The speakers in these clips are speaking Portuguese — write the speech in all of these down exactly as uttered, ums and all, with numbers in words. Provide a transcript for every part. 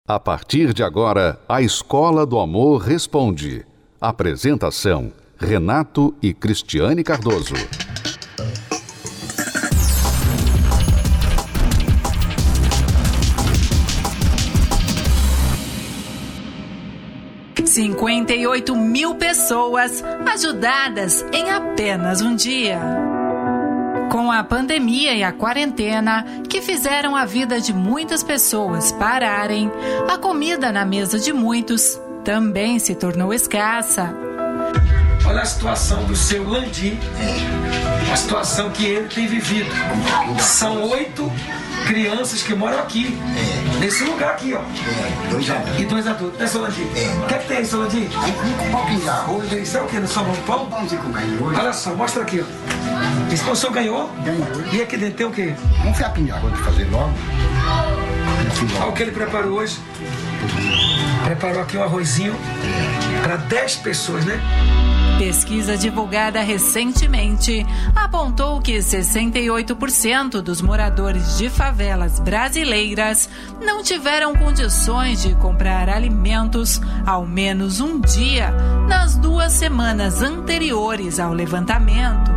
A partir de agora, a Escola do Amor Responde. Apresentação: Renato e Cristiane Cardoso. cinquenta e oito mil pessoas ajudadas em apenas um dia. Com a pandemia e a quarentena, que fizeram a vida de muitas pessoas pararem, a comida na mesa de muitos também se tornou escassa. Olha a situação do seu Landim, a situação que ele tem vivido. São oito crianças que moram aqui, é. nesse lugar aqui, ó. É, dois adultos. E dois adultos, né, seu Landim? É. O que é que tem aí, seu Landim? Um pouquinho de arroz. Isso é o que? No seu pão? Pãozinho com arroz. Olha só, mostra aqui, ó. Esse pão o senhor ganhou? Ganhou. E aqui dentro tem o quê? Um fiapinho de arroz de fazer logo. Olha o que ele preparou hoje. Preparou aqui um arrozinho para dez pessoas, né? Pesquisa divulgada recentemente apontou que sessenta e oito por cento dos moradores de favelas brasileiras não tiveram condições de comprar alimentos ao menos um dia nas duas semanas anteriores ao levantamento.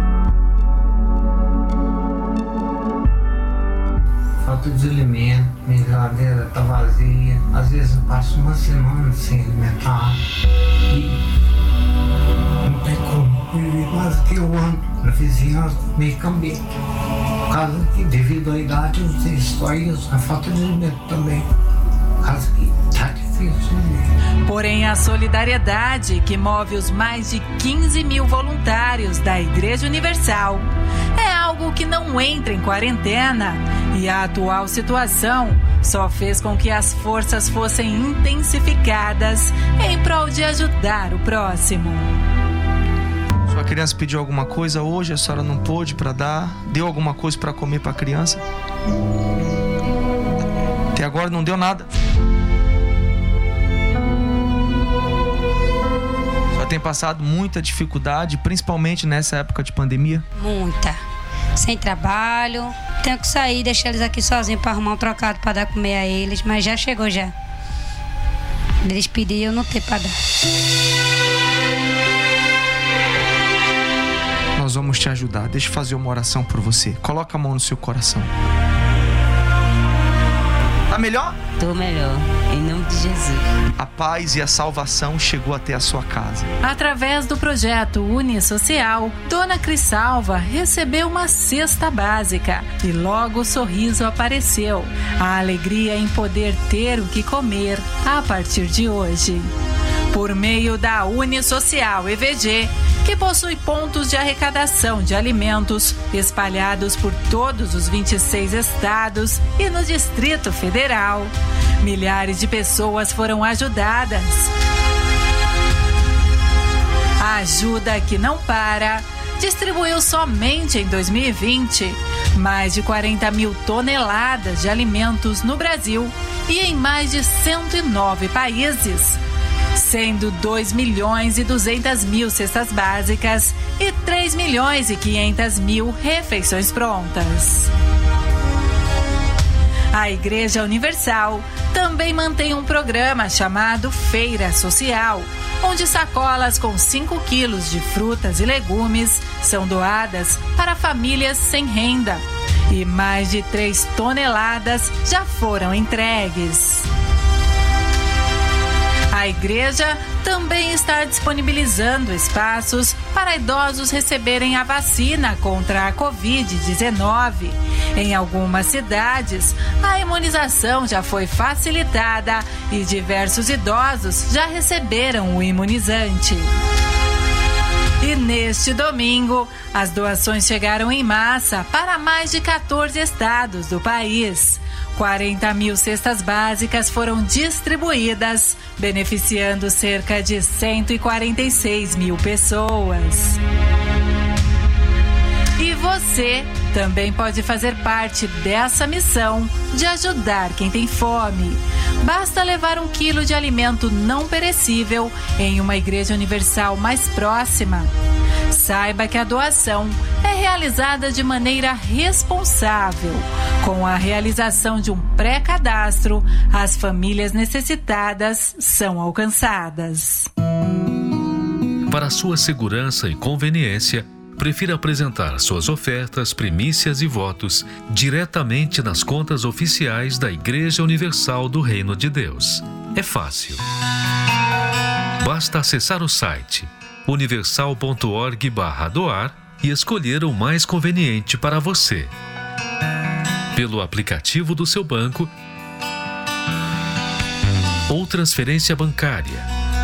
Falta de alimento, minha geladeira está vazia, às vezes eu passo uma semana sem alimentar e não tem como viver mais que eu ando na vizinhança meio cambiante. Por causa que, devido à idade, eu sei só isso, a falta de alimento também. Por causa que tá difícil mesmo. Porém, a solidariedade que move os mais de quinze mil voluntários da Igreja Universal é algo que não entra em quarentena, e a atual situação só fez com que as forças fossem intensificadas em prol de ajudar o próximo. Sua criança pediu alguma coisa hoje, a senhora não pôde para dar? Deu alguma coisa para comer para a criança? Até agora não deu nada. A senhora tem passado muita dificuldade, principalmente nessa época de pandemia? Muita. Sem trabalho. Tenho que sair, deixar eles aqui sozinhos para arrumar um trocado para dar comer a eles, mas já chegou já. Eles pediram, eu não tenho para dar. Nós vamos te ajudar. Deixa eu fazer uma oração por você. Coloca a mão no seu coração. Tá melhor? Tô melhor, em nome de Jesus. A paz e a salvação chegou até a sua casa. Através do projeto Unisocial, Dona Crisalva recebeu uma cesta básica e logo o sorriso apareceu. A alegria em poder ter o que comer a partir de hoje. Por meio da Unisocial E V G, que possui pontos de arrecadação de alimentos espalhados por todos os vinte e seis estados e no Distrito Federal, milhares de pessoas foram ajudadas. A ajuda que não para distribuiu somente em dois mil e vinte mais de quarenta mil toneladas de alimentos no Brasil e em mais de cento e nove países, sendo dois milhões e duzentas mil cestas básicas e três milhões e quinhentas mil refeições prontas. A Igreja Universal também mantém um programa chamado Feira Social, onde sacolas com cinco quilos de frutas e legumes são doadas para famílias sem renda e mais de três toneladas já foram entregues. A igreja também está disponibilizando espaços para idosos receberem a vacina contra a covid dezenove. Em algumas cidades, a imunização já foi facilitada e diversos idosos já receberam o imunizante. E neste domingo, as doações chegaram em massa para mais de quatorze estados do país. quarenta mil cestas básicas foram distribuídas, beneficiando cerca de cento e quarenta e seis mil pessoas. E você também pode fazer parte dessa missão de ajudar quem tem fome. Basta levar um quilo de alimento não perecível em uma igreja universal mais próxima. Saiba que a doação é realizada realizada de maneira responsável. Com a realização de um pré-cadastro, as famílias necessitadas são alcançadas. Para sua segurança e conveniência, prefira apresentar suas ofertas, primícias e votos diretamente nas contas oficiais da Igreja Universal do Reino de Deus. É fácil. Basta acessar o site universal ponto org barra doar e escolher o mais conveniente para você. Pelo aplicativo do seu banco ou transferência bancária,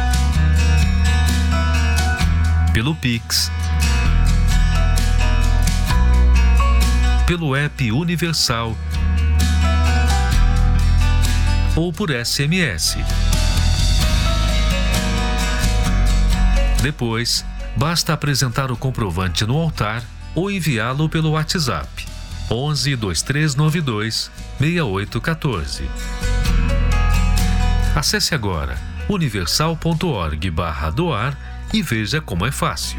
pelo Pix, pelo app Universal ou por S M S. Depois, basta apresentar o comprovante no altar ou enviá-lo pelo WhatsApp onze, dois três nove dois, seis oito um quatro. Acesse agora universal ponto org barra doar e veja como é fácil.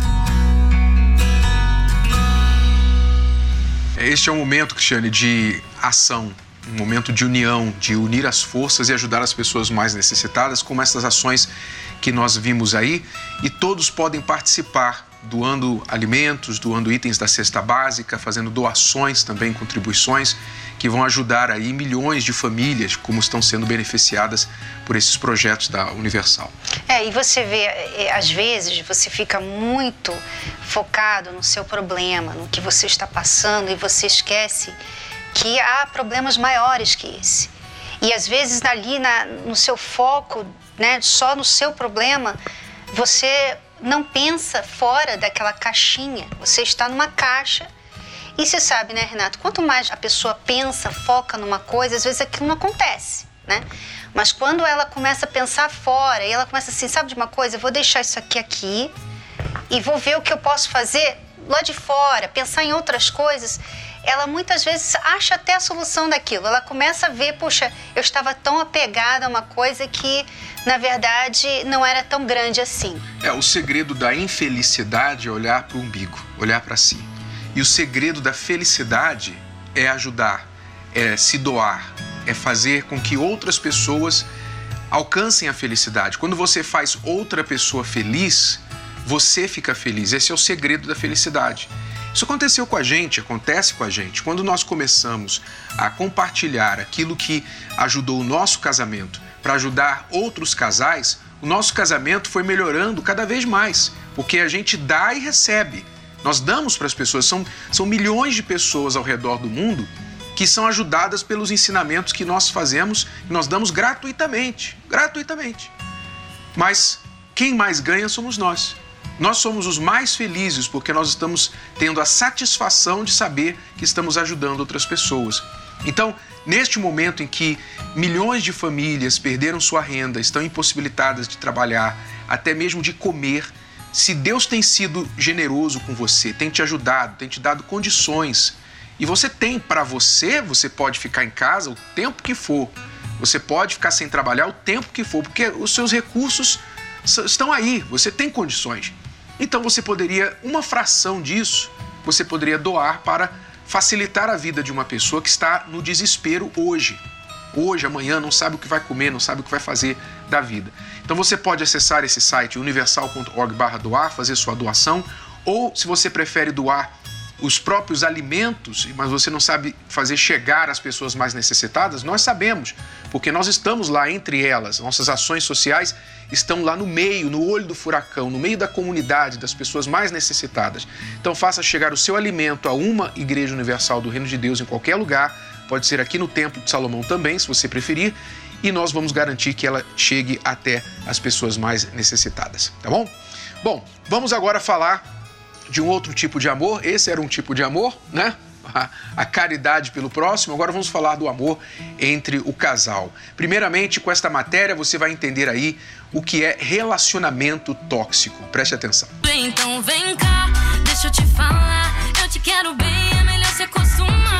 Este é um momento, Cristiane, de ação, um momento de união, de unir as forças e ajudar as pessoas mais necessitadas, como essas ações que nós vimos aí, e todos podem participar, doando alimentos, doando itens da cesta básica, fazendo doações também, contribuições, que vão ajudar aí milhões de famílias, como estão sendo beneficiadas por esses projetos da Universal. É, e você vê, às vezes, você fica muito focado no seu problema, no que você está passando, e você esquece que há problemas maiores que esse. E às vezes ali na, no seu foco, né, só no seu problema, você não pensa fora daquela caixinha. Você está numa caixa e você sabe, né, Renato? Quanto mais a pessoa pensa, foca numa coisa, às vezes aquilo não acontece, né? Mas quando ela começa a pensar fora e ela começa assim, sabe de uma coisa? Eu vou deixar isso aqui aqui e vou ver o que eu posso fazer lá de fora, pensar em outras coisas. Ela muitas vezes acha até a solução daquilo. Ela começa a ver, puxa, eu estava tão apegada a uma coisa que, na verdade, não era tão grande assim. É, o segredo da infelicidade é olhar para o umbigo, olhar para si. E o segredo da felicidade é ajudar, é se doar, é fazer com que outras pessoas alcancem a felicidade. Quando você faz outra pessoa feliz, você fica feliz. Esse é o segredo da felicidade. Isso aconteceu com a gente, acontece com a gente. Quando nós começamos a compartilhar aquilo que ajudou o nosso casamento para ajudar outros casais, o nosso casamento foi melhorando cada vez mais, porque a gente dá e recebe. Nós damos para as pessoas, são, são milhões de pessoas ao redor do mundo que são ajudadas pelos ensinamentos que nós fazemos, que nós damos gratuitamente, gratuitamente. Mas quem mais ganha somos nós. Nós somos os mais felizes porque nós estamos tendo a satisfação de saber que estamos ajudando outras pessoas. Então, neste momento em que milhões de famílias perderam sua renda, estão impossibilitadas de trabalhar, até mesmo de comer, se Deus tem sido generoso com você, tem te ajudado, tem te dado condições, e você tem para você, você pode ficar em casa o tempo que for, você pode ficar sem trabalhar o tempo que for, porque os seus recursos estão aí, você tem condições. Então você poderia, uma fração disso, você poderia doar para facilitar a vida de uma pessoa que está no desespero hoje. Hoje, amanhã, não sabe o que vai comer, não sabe o que vai fazer da vida. Então você pode acessar esse site universal ponto org barra doar, fazer sua doação, ou se você prefere doar os próprios alimentos, mas você não sabe fazer chegar às pessoas mais necessitadas, nós sabemos, porque nós estamos lá entre elas, nossas ações sociais estão lá no meio, no olho do furacão, no meio da comunidade, das pessoas mais necessitadas. Então faça chegar o seu alimento a uma Igreja Universal do Reino de Deus em qualquer lugar, pode ser aqui no Templo de Salomão também, se você preferir, e nós vamos garantir que ela chegue até as pessoas mais necessitadas, tá bom? Bom, vamos agora falar de um outro tipo de amor. Esse era um tipo de amor, né? A, a caridade pelo próximo. Agora vamos falar do amor entre o casal. Primeiramente, com esta matéria, você vai entender aí o que é relacionamento tóxico. Preste atenção. Então vem cá, deixa eu te falar. Eu te quero bem, é melhor se acostumar.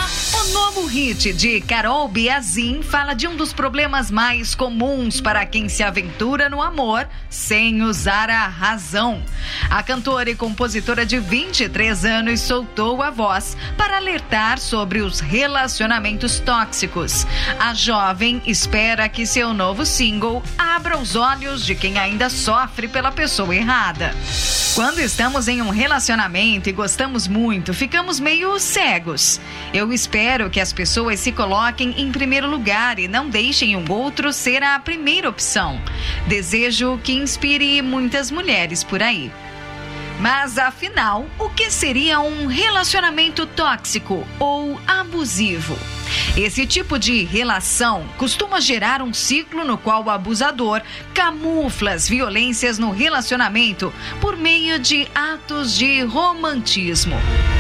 O novo hit de Carol Biazin fala de um dos problemas mais comuns para quem se aventura no amor sem usar a razão. A cantora e compositora de vinte e três anos soltou a voz para alertar sobre os relacionamentos tóxicos. A jovem espera que seu novo single abra os olhos de quem ainda sofre pela pessoa errada. Quando estamos em um relacionamento e gostamos muito, ficamos meio cegos. Eu espero que as pessoas se coloquem em primeiro lugar e não deixem um outro ser a primeira opção. Desejo que inspire muitas mulheres por aí. Mas, afinal, o que seria um relacionamento tóxico ou abusivo? Esse tipo de relação costuma gerar um ciclo no qual o abusador camufla as violências no relacionamento por meio de atos de romantismo.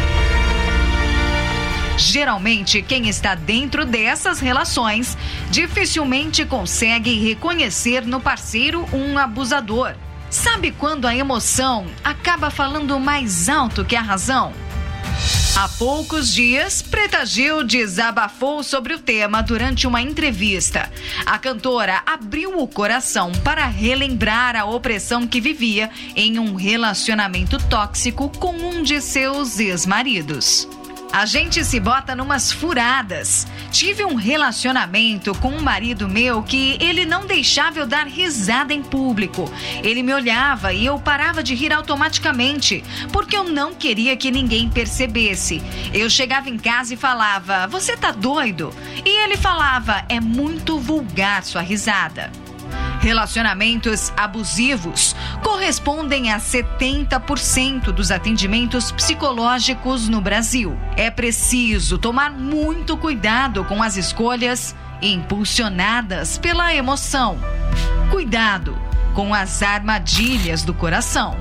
Geralmente, quem está dentro dessas relações dificilmente consegue reconhecer no parceiro um abusador. Sabe quando a emoção acaba falando mais alto que a razão? Há poucos dias, Preta Gil desabafou sobre o tema durante uma entrevista. A cantora abriu o coração para relembrar a opressão que vivia em um relacionamento tóxico com um de seus ex-maridos. A gente se bota numas furadas. Tive um relacionamento com um marido meu que ele não deixava eu dar risada em público. Ele me olhava e eu parava de rir automaticamente, porque eu não queria que ninguém percebesse. Eu chegava em casa e falava, você tá doido? E ele falava, é muito vulgar sua risada. Relacionamentos abusivos correspondem a setenta por cento dos atendimentos psicológicos no Brasil. É preciso tomar muito cuidado com as escolhas impulsionadas pela emoção. Cuidado com as armadilhas do coração.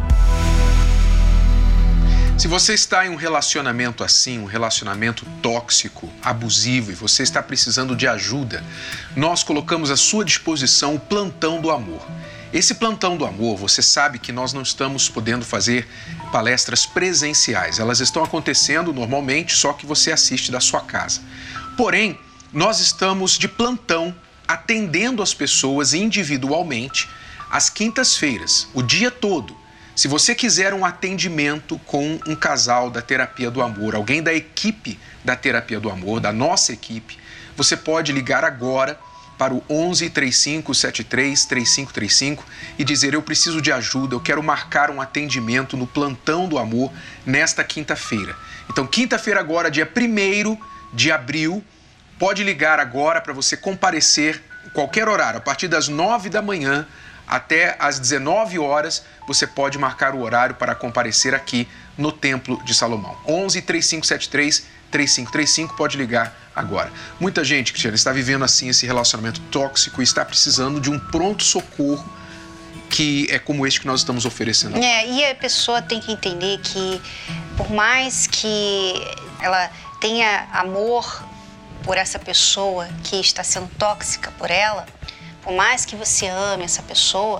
Se você está em um relacionamento assim, um relacionamento tóxico, abusivo, e você está precisando de ajuda, nós colocamos à sua disposição o Plantão do Amor. Esse Plantão do Amor, você sabe que nós não estamos podendo fazer palestras presenciais. Elas estão acontecendo normalmente, só que você assiste da sua casa. Porém, nós estamos de plantão atendendo as pessoas individualmente às quintas-feiras, o dia todo. Se você quiser um atendimento com um casal da Terapia do Amor, alguém da equipe da Terapia do Amor, da nossa equipe, você pode ligar agora para o onze, trinta e cinco, setenta e três, trinta e cinco trinta e cinco e dizer, eu preciso de ajuda, eu quero marcar um atendimento no Plantão do Amor nesta quinta-feira. Então, quinta-feira agora, dia primeiro de abril, pode ligar agora para você comparecer em qualquer horário, a partir das nove da manhã, até às dezenove horas, você pode marcar o horário para comparecer aqui no Templo de Salomão. onze, trinta e cinco, setenta e três, trinta e cinco trinta e cinco, pode ligar agora. Muita gente, Cristiane, está vivendo assim esse relacionamento tóxico e está precisando de um pronto-socorro que é como este que nós estamos oferecendo. É, e a pessoa tem que entender que, por mais que ela tenha amor por essa pessoa que está sendo tóxica por ela, por mais que você ame essa pessoa,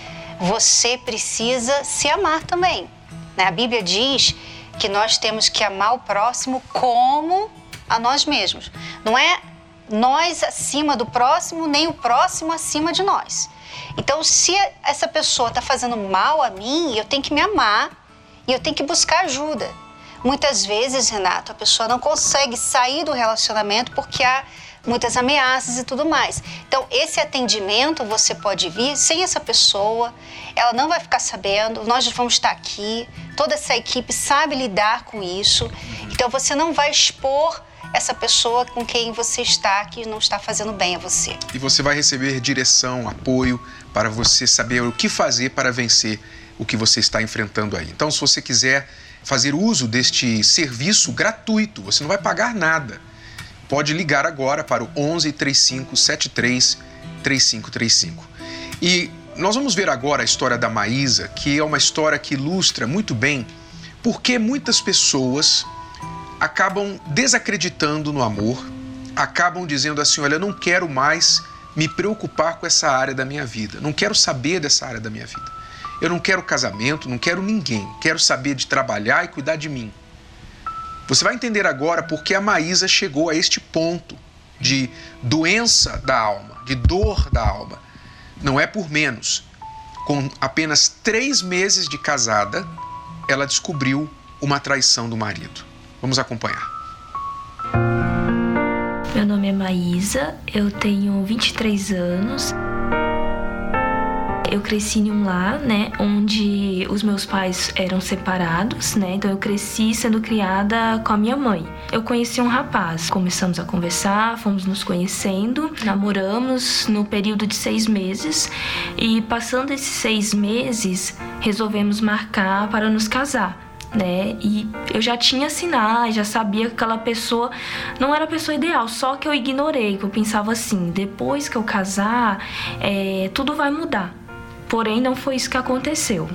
você precisa se amar também. A Bíblia diz que nós temos que amar o próximo como a nós mesmos. Não é nós acima do próximo, nem o próximo acima de nós. Então, se essa pessoa está fazendo mal a mim, eu tenho que me amar e eu tenho que buscar ajuda. Muitas vezes, Renato, a pessoa não consegue sair do relacionamento porque há muitas ameaças e tudo mais. Então, esse atendimento você pode vir sem essa pessoa, ela não vai ficar sabendo, nós vamos estar aqui, toda essa equipe sabe lidar com isso, então você não vai expor essa pessoa com quem você está, que não está fazendo bem a você. E você vai receber direção, apoio, para você saber o que fazer para vencer o que você está enfrentando aí. Então, se você quiser fazer uso deste serviço gratuito, você não vai pagar nada. Pode ligar agora para o onze, trinta e cinco, setenta e três, trinta e cinco trinta e cinco. E nós vamos ver agora a história da Maísa, que é uma história que ilustra muito bem porque muitas pessoas acabam desacreditando no amor, acabam dizendo assim, olha, eu não quero mais me preocupar com essa área da minha vida, não quero saber dessa área da minha vida. Eu não quero casamento, não quero ninguém, quero saber de trabalhar e cuidar de mim. Você vai entender agora porque a Maísa chegou a este ponto de doença da alma, de dor da alma. Não é por menos. Com apenas três meses de casada, ela descobriu uma traição do marido. Vamos acompanhar. Meu nome é Maísa, eu tenho vinte e três anos. Eu cresci em um lar, né, onde os meus pais eram separados, né, então eu cresci sendo criada com a minha mãe. Eu conheci um rapaz, começamos a conversar, fomos nos conhecendo, namoramos no período de seis meses e passando esses seis meses, resolvemos marcar para nos casar. Né? E eu já tinha sinais, já sabia que aquela pessoa não era a pessoa ideal, só que eu ignorei, que eu pensava assim, depois que eu casar, é, tudo vai mudar. Porém, não foi isso que aconteceu.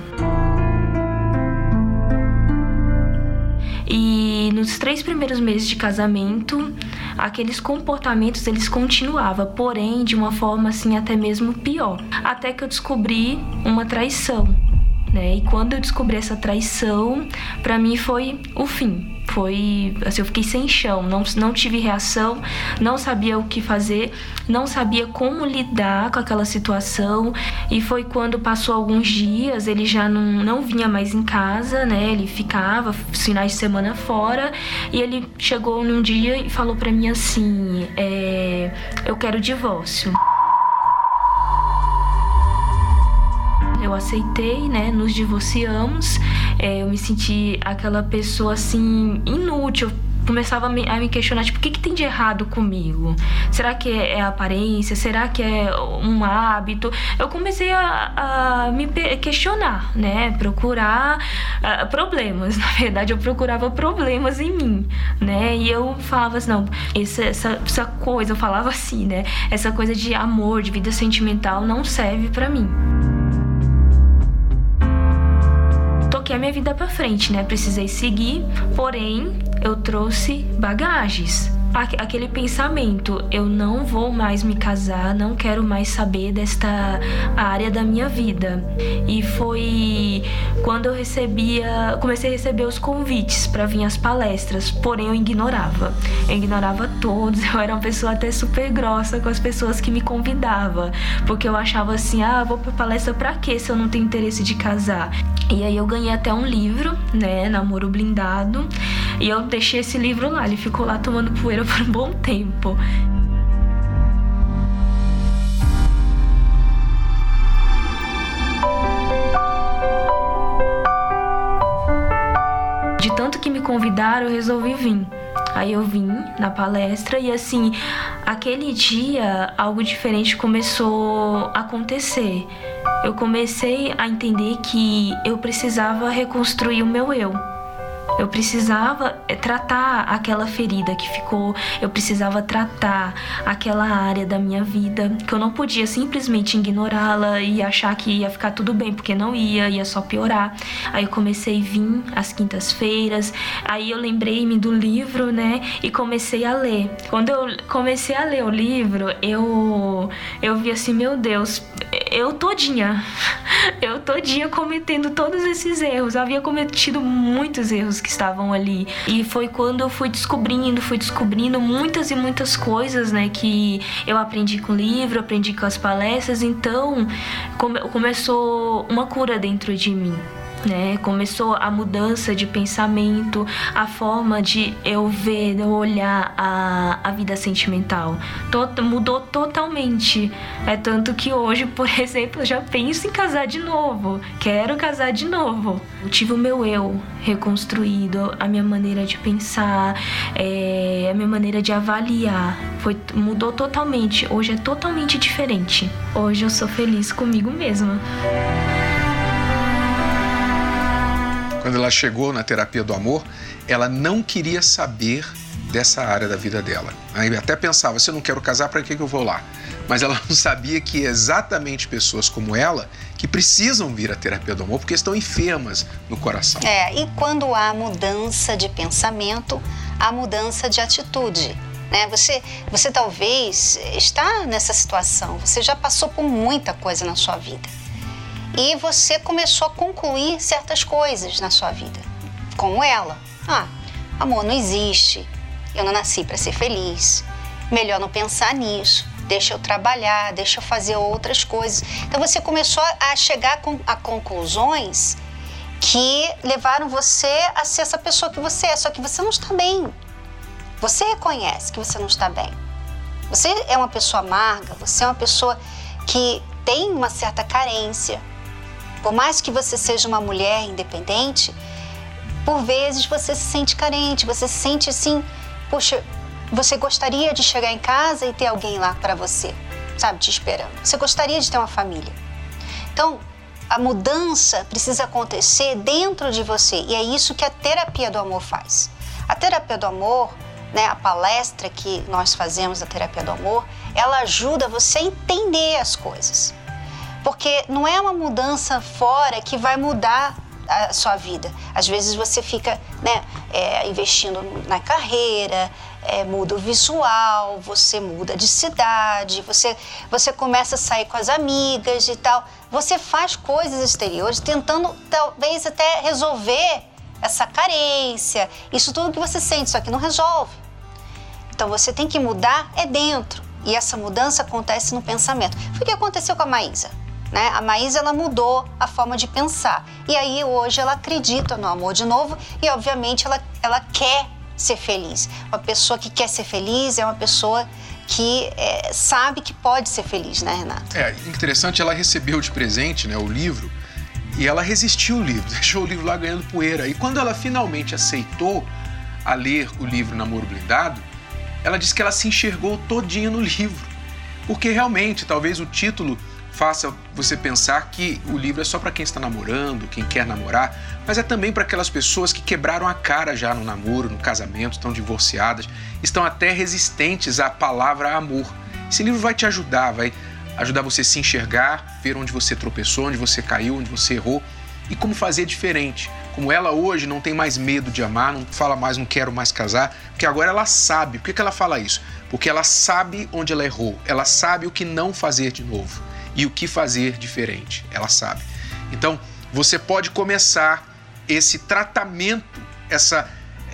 E nos três primeiros meses de casamento, aqueles comportamentos eles continuavam, porém de uma forma assim até mesmo pior. Até que eu descobri uma traição. Né? E quando eu descobri essa traição, pra mim foi o fim. Foi, assim, eu fiquei sem chão, não, não tive reação, não sabia o que fazer, não sabia como lidar com aquela situação. E foi quando passou alguns dias, ele já não, não vinha mais em casa, né? Ele ficava finais de semana fora. E ele chegou num dia e falou pra mim assim, é, eu quero divórcio. Eu aceitei, né, nos divorciamos, é, eu me senti aquela pessoa, assim, inútil. Eu começava a me, a me questionar, tipo, o que que tem de errado comigo? Será que é a aparência? Será que é um hábito? Eu comecei a, a me questionar, né, procurar uh, problemas. Na verdade, eu procurava problemas em mim, né, e eu falava assim, não, essa, essa, essa coisa, eu falava assim, né, essa coisa de amor, de vida sentimental não serve pra mim. Toquei a minha vida pra frente, né? Precisei seguir, porém, eu trouxe bagagens. Aquele pensamento, eu não vou mais me casar, não quero mais saber desta área da minha vida. E foi quando eu recebia, comecei a receber os convites para vir às palestras, porém eu ignorava. Eu ignorava todos, eu era uma pessoa até super grossa com as pessoas que me convidavam, porque eu achava assim, ah, vou pra palestra pra quê se eu não tenho interesse de casar? E aí eu ganhei até um livro, né, Namoro Blindado, e eu deixei esse livro lá, ele ficou lá tomando poeira por um bom tempo. De tanto que me convidaram, eu resolvi vir. Aí eu vim na palestra e assim, aquele dia algo diferente começou a acontecer. Eu comecei a entender que eu precisava reconstruir o meu eu. Eu precisava tratar aquela ferida que ficou, eu precisava tratar aquela área da minha vida, que eu não podia simplesmente ignorá-la e achar que ia ficar tudo bem, porque não ia, ia só piorar. Aí eu comecei a vir às quintas-feiras, aí eu lembrei-me do livro, né, e comecei a ler. Quando eu comecei a ler o livro, eu, eu vi assim, meu Deus, eu todinha, eu todinha cometendo todos esses erros, eu havia cometido muitos erros que estavam ali. E foi quando eu fui descobrindo, fui descobrindo muitas e muitas coisas, né, que eu aprendi com o livro, aprendi com as palestras, então come- começou uma cura dentro de mim. Né? Começou a mudança de pensamento, a forma de eu ver, de eu olhar a, a vida sentimental. Tot, mudou totalmente. É tanto que hoje, por exemplo, eu já penso em casar de novo. Quero casar de novo. Eu tive o meu eu reconstruído, a minha maneira de pensar, é, a minha maneira de avaliar. Foi, mudou totalmente. Hoje é totalmente diferente. Hoje eu sou feliz comigo mesma. Quando ela chegou na terapia do amor, ela não queria saber dessa área da vida dela. Aí até pensava, se eu não quero casar, para que eu vou lá? Mas ela não sabia que é exatamente pessoas como ela que precisam vir à terapia do amor porque estão enfermas no coração. É, e quando há mudança de pensamento, há mudança de atitude. Né? Você, você talvez está nessa situação, você já passou por muita coisa na sua vida. E você começou a concluir certas coisas na sua vida, como ela. Ah, amor não existe, eu não nasci para ser feliz, melhor não pensar nisso, deixa eu trabalhar, deixa eu fazer outras coisas. Então você começou a chegar a conclusões que levaram você a ser essa pessoa que você é, só que você não está bem. Você reconhece que você não está bem. Você é uma pessoa amarga, você é uma pessoa que tem uma certa carência. Por mais que você seja uma mulher independente, por vezes você se sente carente, você se sente assim, poxa, você gostaria de chegar em casa e ter alguém lá para você, sabe, te esperando. Você gostaria de ter uma família. Então, a mudança precisa acontecer dentro de você e é isso que a terapia do amor faz. A terapia do amor, né, a palestra que nós fazemos da terapia do amor, ela ajuda você a entender as coisas. Porque não é uma mudança fora que vai mudar a sua vida. Às vezes você fica, né, é, investindo na carreira, é, muda o visual, você muda de cidade, você, você começa a sair com as amigas e tal. Você faz coisas exteriores tentando talvez até resolver essa carência, isso tudo que você sente, só que não resolve. Então você tem que mudar é dentro. E essa mudança acontece no pensamento. Foi o que aconteceu com a Maísa. Né? A Maísa, ela mudou a forma de pensar. E aí hoje ela acredita no amor de novo e obviamente ela, ela quer ser feliz. Uma pessoa que quer ser feliz é uma pessoa que é, sabe que pode ser feliz, né, Renato? É interessante, ela recebeu de presente, né, o livro e ela resistiu ao livro, deixou o livro lá ganhando poeira. E quando ela finalmente aceitou a ler o livro Namoro Blindado, ela disse que ela se enxergou todinha no livro. Porque realmente, talvez o título faça você pensar que o livro é só para quem está namorando, quem quer namorar, mas é também para aquelas pessoas que quebraram a cara já no namoro, no casamento, estão divorciadas, estão até resistentes à palavra amor. Esse livro vai te ajudar, vai ajudar você a se enxergar, ver onde você tropeçou, onde você caiu, onde você errou e como fazer diferente. Como ela hoje não tem mais medo de amar, não fala mais, não quero mais casar, porque agora ela sabe. Por que que ela fala isso? Porque ela sabe onde ela errou, ela sabe o que não fazer de novo e o que fazer diferente, ela sabe. Então, você pode começar esse tratamento, essa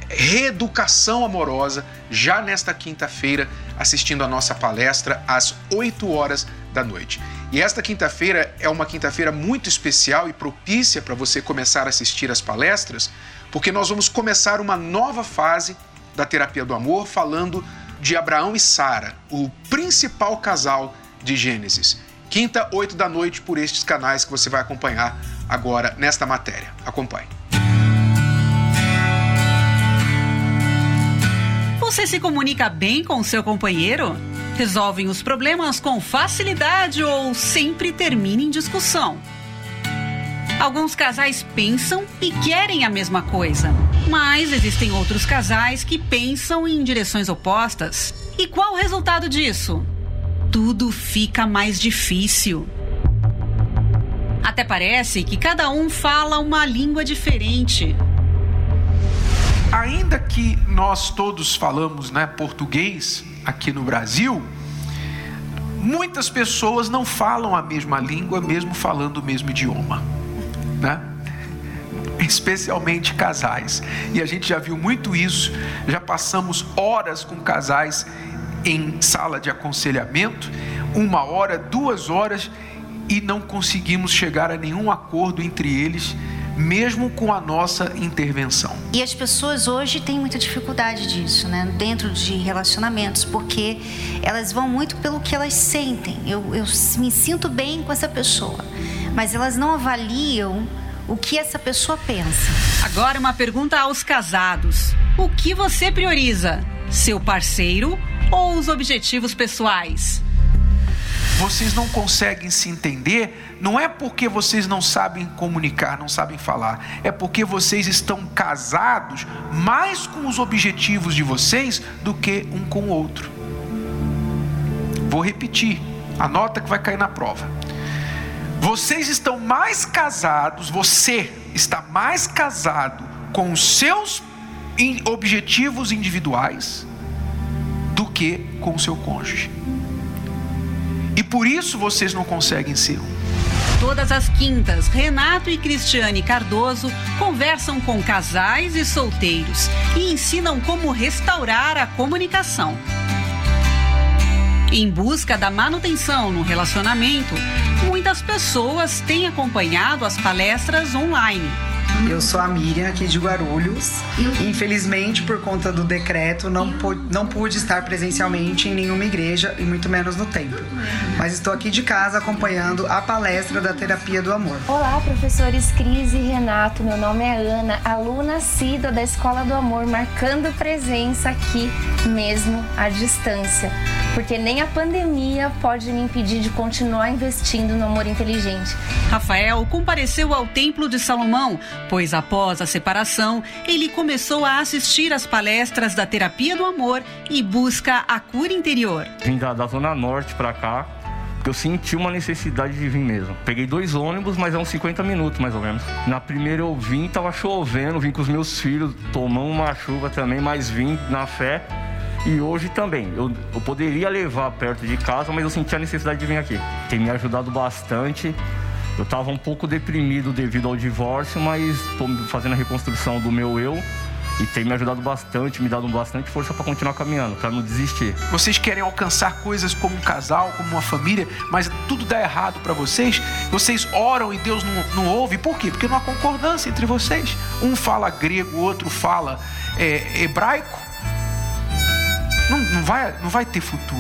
reeducação amorosa já nesta quinta-feira, assistindo a nossa palestra às oito horas da noite. E esta quinta-feira é uma quinta-feira muito especial e propícia para você começar a assistir as palestras, porque nós vamos começar uma nova fase da terapia do amor falando de Abraão e Sara, o principal casal de Gênesis. Quinta, oito da noite, por estes canais que você vai acompanhar agora nesta matéria. Acompanhe. Você se comunica bem com o seu companheiro? Resolvem os problemas com facilidade ou sempre termina em discussão? Alguns casais pensam e querem a mesma coisa, mas existem outros casais que pensam em direções opostas. E qual o resultado disso? Tudo fica mais difícil. Até parece que cada um fala uma língua diferente. Ainda que nós todos falamos, né, português aqui no Brasil, muitas pessoas não falam a mesma língua, mesmo falando o mesmo idioma, né? Especialmente casais. E a gente já viu muito isso, já passamos horas com casais em sala de aconselhamento, uma hora, duas horas, e não conseguimos chegar a nenhum acordo entre eles, mesmo com a nossa intervenção. E as pessoas hoje têm muita dificuldade disso, né? Dentro de relacionamentos, porque elas vão muito pelo que elas sentem. Eu, eu me sinto bem com essa pessoa, mas elas não avaliam o que essa pessoa pensa. Agora uma pergunta aos casados. O que você prioriza? Seu parceiro ou os objetivos pessoais? Vocês não conseguem se entender, não é porque vocês não sabem comunicar, não sabem falar, é porque vocês estão casados mais com os objetivos de vocês do que um com o outro. Vou repetir, anota que vai cair na prova. Vocês estão mais casados, você está mais casado com os seus objetivos individuais do que com o seu cônjuge. E por isso vocês não conseguem ser um. Todas as quintas, Renato e Cristiane Cardoso conversam com casais e solteiros e ensinam como restaurar a comunicação. Em busca da manutenção no relacionamento, muitas pessoas têm acompanhado as palestras online. Eu sou a Miriam, aqui de Guarulhos. Infelizmente, por conta do decreto, não pude, não pude estar presencialmente em nenhuma igreja e muito menos no templo. Mas estou aqui de casa acompanhando a palestra da Terapia do Amor. Olá, professores Cris e Renato. Meu nome é Ana, aluna assídua da Escola do Amor, marcando presença aqui mesmo à distância. Porque nem a pandemia pode me impedir de continuar investindo no amor inteligente. Rafael compareceu ao Templo de Salomão, pois após a separação, ele começou a assistir às palestras da Terapia do Amor e busca a cura interior. Vim da, da Zona Norte pra cá, porque eu senti uma necessidade de vir mesmo. Peguei dois ônibus, mas é uns cinquenta minutos mais ou menos. Na primeira eu vim, tava chovendo, vim com os meus filhos, tomamos uma chuva também, mas vim na fé. E hoje também, eu, eu poderia levar perto de casa, mas eu senti a necessidade de vir aqui. Tem me ajudado bastante. Eu estava um pouco deprimido devido ao divórcio, mas estou fazendo a reconstrução do meu eu e tem me ajudado bastante, me dado bastante força para continuar caminhando, para não desistir. Vocês querem alcançar coisas como um casal, como uma família, mas tudo dá errado para vocês. Vocês oram e Deus não, não ouve. Por quê? Porque não há concordância entre vocês. Um fala grego, o outro fala é, hebraico. Não, não, vai, não vai ter futuro.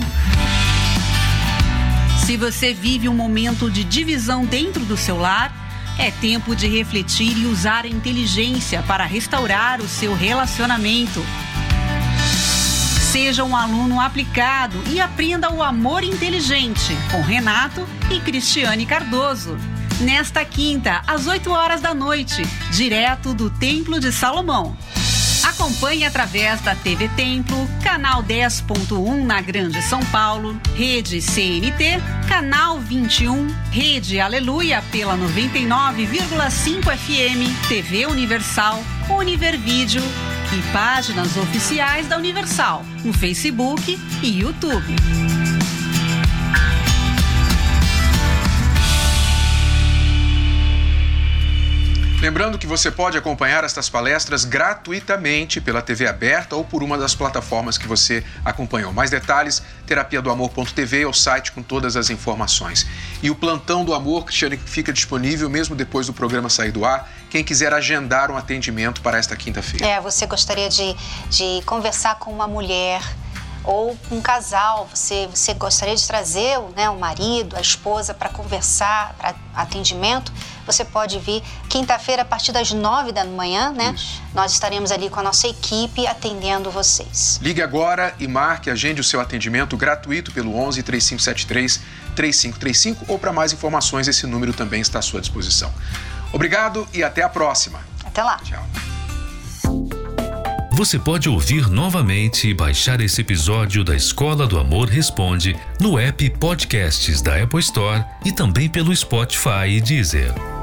Se você vive um momento de divisão dentro do seu lar, é tempo de refletir e usar a inteligência para restaurar o seu relacionamento. Seja um aluno aplicado e aprenda o amor inteligente com Renato e Cristiane Cardoso. Nesta quinta, às oito horas da noite, direto do Templo de Salomão. Acompanhe através da T V Templo, canal dez ponto um na Grande São Paulo, Rede C N T, canal vinte e um, Rede Aleluia pela noventa e nove vírgula cinco F M, T V Universal, Univervídeo e páginas oficiais da Universal no Facebook e YouTube. Lembrando que você pode acompanhar estas palestras gratuitamente pela T V aberta ou por uma das plataformas que você acompanhou. Mais detalhes, terapia do amor ponto t v é o site com todas as informações. E o Plantão do Amor, Cristiane, fica disponível mesmo depois do programa sair do ar. Quem quiser agendar um atendimento para esta quinta-feira. É, você gostaria de, de conversar com uma mulher ou um casal, você, você gostaria de trazer, né, o marido, a esposa para conversar, para atendimento, você pode vir quinta-feira a partir das nove da manhã, né? Isso. Nós estaremos ali com a nossa equipe atendendo vocês. Ligue agora e marque, agende o seu atendimento gratuito pelo onze, três cinco sete três, três cinco três cinco ou para mais informações esse número também está à sua disposição. Obrigado e até a próxima. Até lá. Tchau. Você pode ouvir novamente e baixar esse episódio da Escola do Amor Responde no app Podcasts da Apple Store e também pelo Spotify e Deezer.